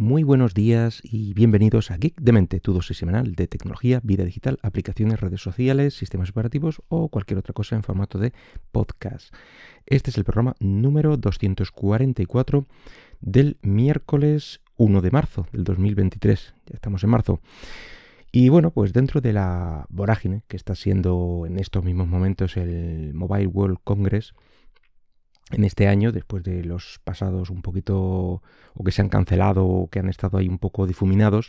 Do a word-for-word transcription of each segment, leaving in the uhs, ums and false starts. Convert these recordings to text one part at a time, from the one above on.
Muy buenos días y bienvenidos a Geek de Mente, tu dosis semanal de tecnología, vida digital, aplicaciones, redes sociales, sistemas operativos o cualquier otra cosa en formato de podcast. Este es el programa número doscientos cuarenta y cuatro del miércoles uno de marzo del dos mil veintitrés. Ya estamos en marzo. Y bueno, pues dentro de la vorágine que está siendo en estos mismos momentos el Mobile World Congress, en este año, después de los pasados un poquito, o que se han cancelado, o que han estado ahí un poco difuminados,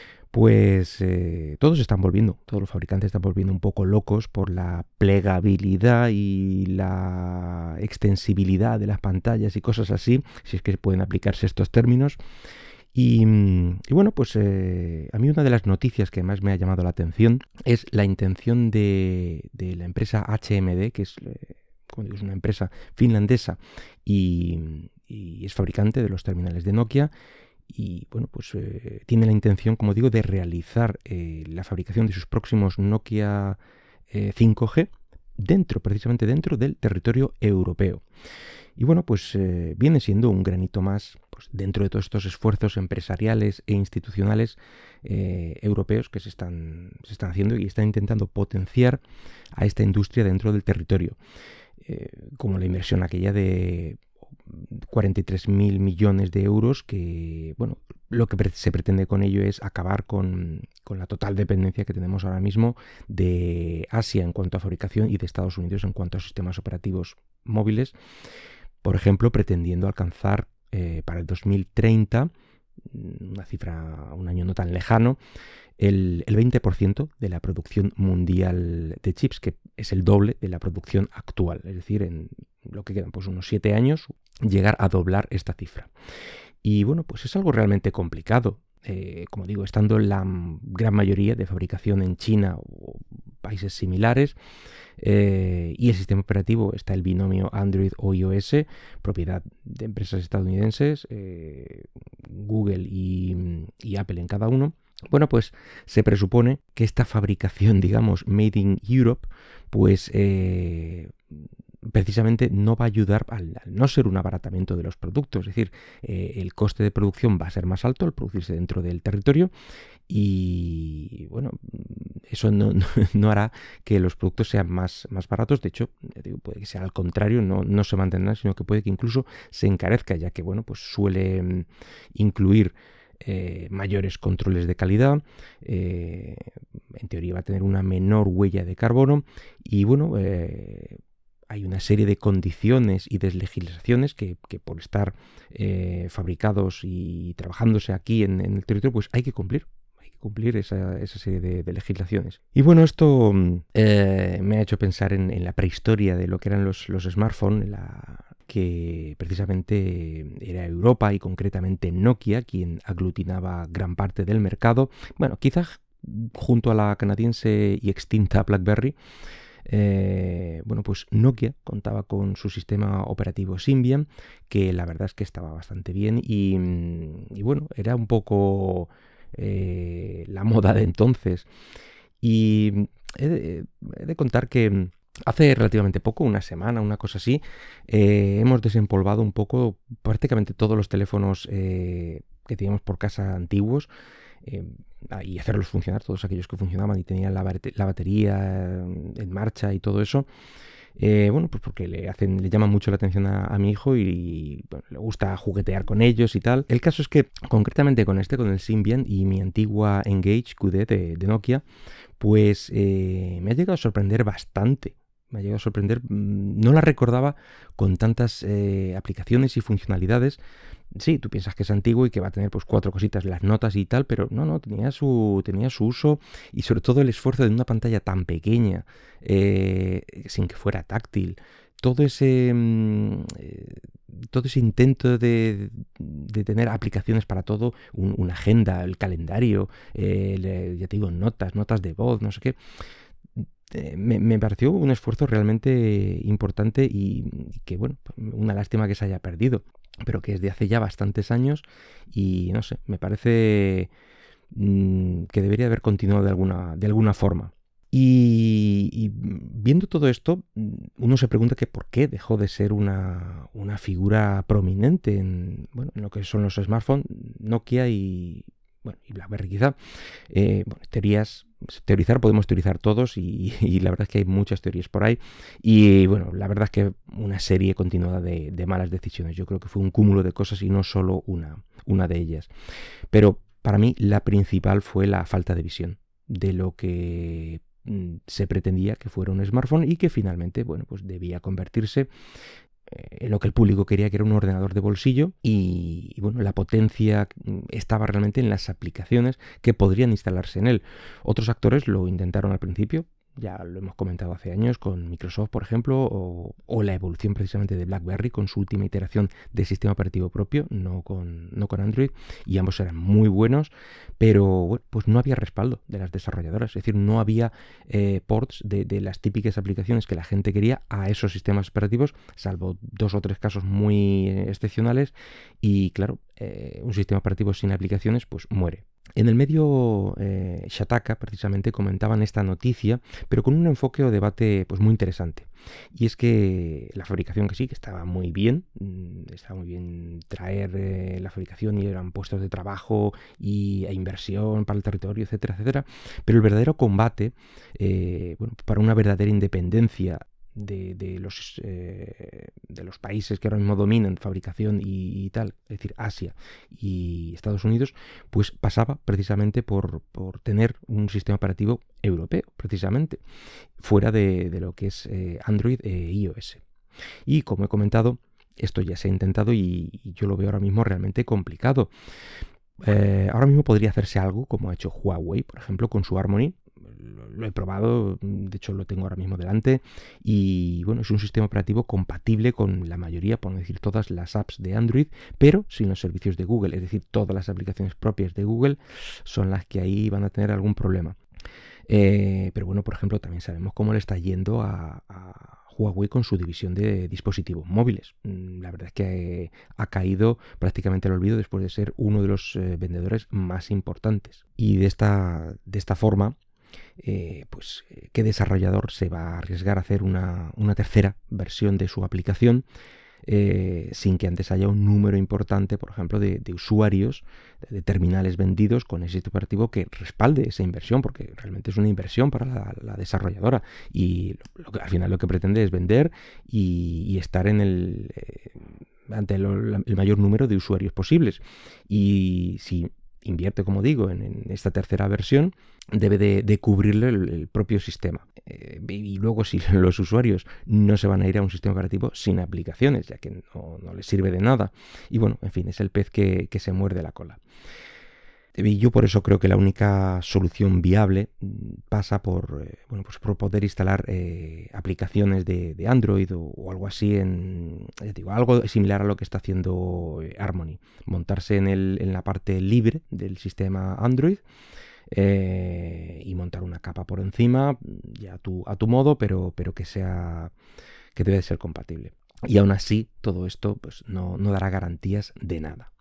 pues eh, todos están volviendo, todos los fabricantes están volviendo un poco locos por la plegabilidad y la extensibilidad de las pantallas y cosas así, si es que pueden aplicarse estos términos. Y, y bueno, pues eh, a mí una de las noticias que más me ha llamado la atención es la intención de, de la empresa H M D, que es... Eh, como digo, es una empresa finlandesa y, y es fabricante de los terminales de Nokia y bueno, pues eh, tiene la intención, como digo, de realizar eh, la fabricación de sus próximos Nokia eh, cinco G dentro, precisamente dentro del territorio europeo. Y bueno, pues eh, viene siendo un granito más pues, dentro de todos estos esfuerzos empresariales e institucionales eh, europeos que se están, se están haciendo y están intentando potenciar a esta industria dentro del territorio. Eh, como la inversión aquella de cuarenta y tres mil millones de euros, que bueno, lo que pre- se pretende con ello es acabar con, con la total dependencia que tenemos ahora mismo de Asia en cuanto a fabricación y de Estados Unidos en cuanto a sistemas operativos móviles, por ejemplo, pretendiendo alcanzar eh, para el dos mil treinta, una cifra, un año no tan lejano, el, el veinte por ciento de la producción mundial de chips, que es el doble de la producción actual. Es decir, en lo que quedan pues unos siete años, llegar a doblar esta cifra. Y bueno, pues es algo realmente complicado. Eh, como digo, estando la gran mayoría de fabricación en China o países similares, eh, y el sistema operativo está el binomio Android o iOS, propiedad de empresas estadounidenses, eh, Google y, y Apple en cada uno. Bueno, pues se presupone que esta fabricación, digamos, made in Europe, pues eh, precisamente no va a ayudar al, al no ser un abaratamiento de los productos. Es decir, eh, el coste de producción va a ser más alto al producirse dentro del territorio y, bueno, eso no, no, no hará que los productos sean más, más baratos. De hecho, digo, puede que sea al contrario, no, no se mantendrán, sino que puede que incluso se encarezca, ya que, bueno, pues suele mm, incluir Eh, mayores controles de calidad, eh, en teoría va a tener una menor huella de carbono y bueno, eh, hay una serie de condiciones y de legislaciones que, que por estar eh, fabricados y trabajándose aquí en, en el territorio, pues hay que cumplir. Hay que cumplir esa, esa serie de, de legislaciones. Y bueno, esto eh, me ha hecho pensar en, en la prehistoria de lo que eran los, los smartphones, la que precisamente era Europa y concretamente Nokia quien aglutinaba gran parte del mercado. Bueno, quizás junto a la canadiense y extinta BlackBerry, eh, bueno, pues Nokia contaba con su sistema operativo Symbian, que la verdad es que estaba bastante bien y, y bueno, era un poco eh, la moda de entonces. Y he de, he de contar que hace relativamente poco, una semana, una cosa así, eh, hemos desempolvado un poco prácticamente todos los teléfonos eh, que teníamos por casa antiguos eh, y hacerlos funcionar, todos aquellos que funcionaban y tenían la, bate- la batería en marcha y todo eso. Eh, bueno, pues porque le hacen, le llaman mucho la atención a, a mi hijo y, y bueno, le gusta juguetear con ellos y tal. El caso es que concretamente con este, con el Symbian y mi antigua Engage Q D de, de Nokia, pues eh, me ha llegado a sorprender bastante. Me ha llegado a sorprender, no la recordaba con tantas eh, aplicaciones y funcionalidades. Sí, tú piensas que es antiguo y que va a tener pues cuatro cositas, las notas y tal, pero no, no, tenía su, tenía su uso y sobre todo el esfuerzo de una pantalla tan pequeña, eh, sin que fuera táctil. Todo ese, mm, eh, todo ese intento de, de tener aplicaciones para todo, un, una agenda, el calendario, eh, le- ya te digo, notas, notas de voz, no sé qué. Eh, me, me pareció un esfuerzo realmente importante y que, bueno, una lástima que se haya perdido, pero que es de hace ya bastantes años y no sé, me parece mmm, que debería haber continuado de alguna, de alguna forma. Y, y viendo todo esto, uno se pregunta que por qué dejó de ser una, una figura prominente en, bueno, en lo que son los smartphones, Nokia y, bueno, y BlackBerry quizá. Eh, bueno, teorías, teorizar podemos teorizar todos y, y la verdad es que hay muchas teorías por ahí. Y bueno, la verdad es que una serie continuada de, de malas decisiones. Yo creo que fue un cúmulo de cosas y no solo una, una de ellas. Pero para mí la principal fue la falta de visión de lo que se pretendía que fuera un smartphone y que finalmente, bueno, pues debía convertirse en lo que el público quería, que era un ordenador de bolsillo, y, y bueno, la potencia estaba realmente en las aplicaciones que podrían instalarse en él. Otros actores lo intentaron al principio, ya lo hemos comentado hace años con Microsoft, por ejemplo, o, o la evolución precisamente de BlackBerry con su última iteración de sistema operativo propio, no con, no con Android, y ambos eran muy buenos, pero bueno, pues no había respaldo de las desarrolladoras, es decir, no había eh, ports de, de las típicas aplicaciones que la gente quería a esos sistemas operativos, salvo dos o tres casos muy eh, excepcionales, y claro, eh, un sistema operativo sin aplicaciones pues muere. En el medio eh, Shataka precisamente comentaban esta noticia, pero con un enfoque o debate pues muy interesante. Y es que la fabricación, que sí, que estaba muy bien, estaba muy bien traer eh, la fabricación y eran puestos de trabajo y, e inversión para el territorio, etcétera, etcétera. Pero el verdadero combate, eh, bueno, para una verdadera independencia De, de, los, eh, de los países que ahora mismo dominan fabricación y, y tal, es decir, Asia y Estados Unidos, pues pasaba precisamente por, por tener un sistema operativo europeo, precisamente, fuera de, de lo que es eh, Android e iOS. Y como he comentado, esto ya se ha intentado y, y yo lo veo ahora mismo realmente complicado. Eh, ahora mismo podría hacerse algo como ha hecho Huawei, por ejemplo, con su Harmony. Lo he probado, de hecho lo tengo ahora mismo delante, y bueno, es un sistema operativo compatible con la mayoría, por no decir todas las apps de Android, pero sin los servicios de Google, es decir, todas las aplicaciones propias de Google son las que ahí van a tener algún problema. Eh, pero bueno, por ejemplo, también sabemos cómo le está yendo a, a Huawei con su división de dispositivos móviles. La verdad es que ha caído prácticamente al olvido después de ser uno de los eh, vendedores más importantes. Y de esta, de esta forma, Eh, pues qué desarrollador se va a arriesgar a hacer una, una tercera versión de su aplicación eh, sin que antes haya un número importante, por ejemplo, de, de usuarios, de, de terminales vendidos con ese sistema operativo que respalde esa inversión, porque realmente es una inversión para la, la desarrolladora y lo que, al final lo que pretende es vender y, y estar en el eh, ante el, el mayor número de usuarios posibles. Y si invierte, como digo, en, en esta tercera versión, debe de, de cubrirle el, el propio sistema. Eh, y luego, si los usuarios no se van a ir a un sistema operativo sin aplicaciones, ya que no, no les sirve de nada. Y bueno, en fin, es el pez que, que se muerde la cola. Y yo por eso creo que la única solución viable pasa por, eh, bueno, pues por poder instalar eh, aplicaciones de, de Android o, o algo así, en, ya digo, algo similar a lo que está haciendo Harmony. Montarse en, el, en la parte libre del sistema Android eh, y montar una capa por encima, ya a tu, a tu modo, pero, pero que sea, que debe ser compatible. Y aún así, todo esto pues, no, no dará garantías de nada.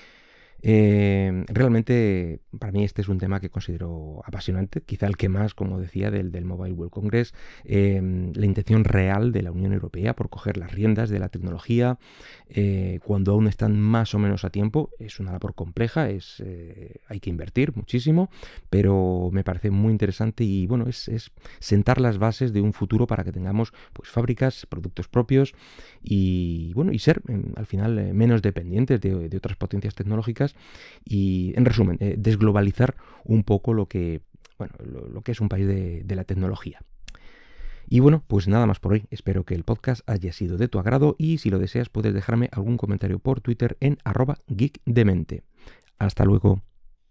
Eh, realmente para mí este es un tema que considero apasionante, quizá el que más, como decía, del, del Mobile World Congress, eh, la intención real de la Unión Europea por coger las riendas de la tecnología eh, cuando aún están más o menos a tiempo. Es una labor compleja, es, eh, hay que invertir muchísimo, pero me parece muy interesante y bueno, es, es sentar las bases de un futuro para que tengamos pues fábricas, productos propios y bueno, y ser eh, al final eh, menos dependientes de, de otras potencias tecnológicas. Y en resumen, eh, desglobalizar un poco lo que, bueno, lo, lo que es un país de, de la tecnología. Y bueno, pues nada más por hoy. Espero que el podcast haya sido de tu agrado y si lo deseas puedes dejarme algún comentario por Twitter en arroba geekdemente. Hasta luego.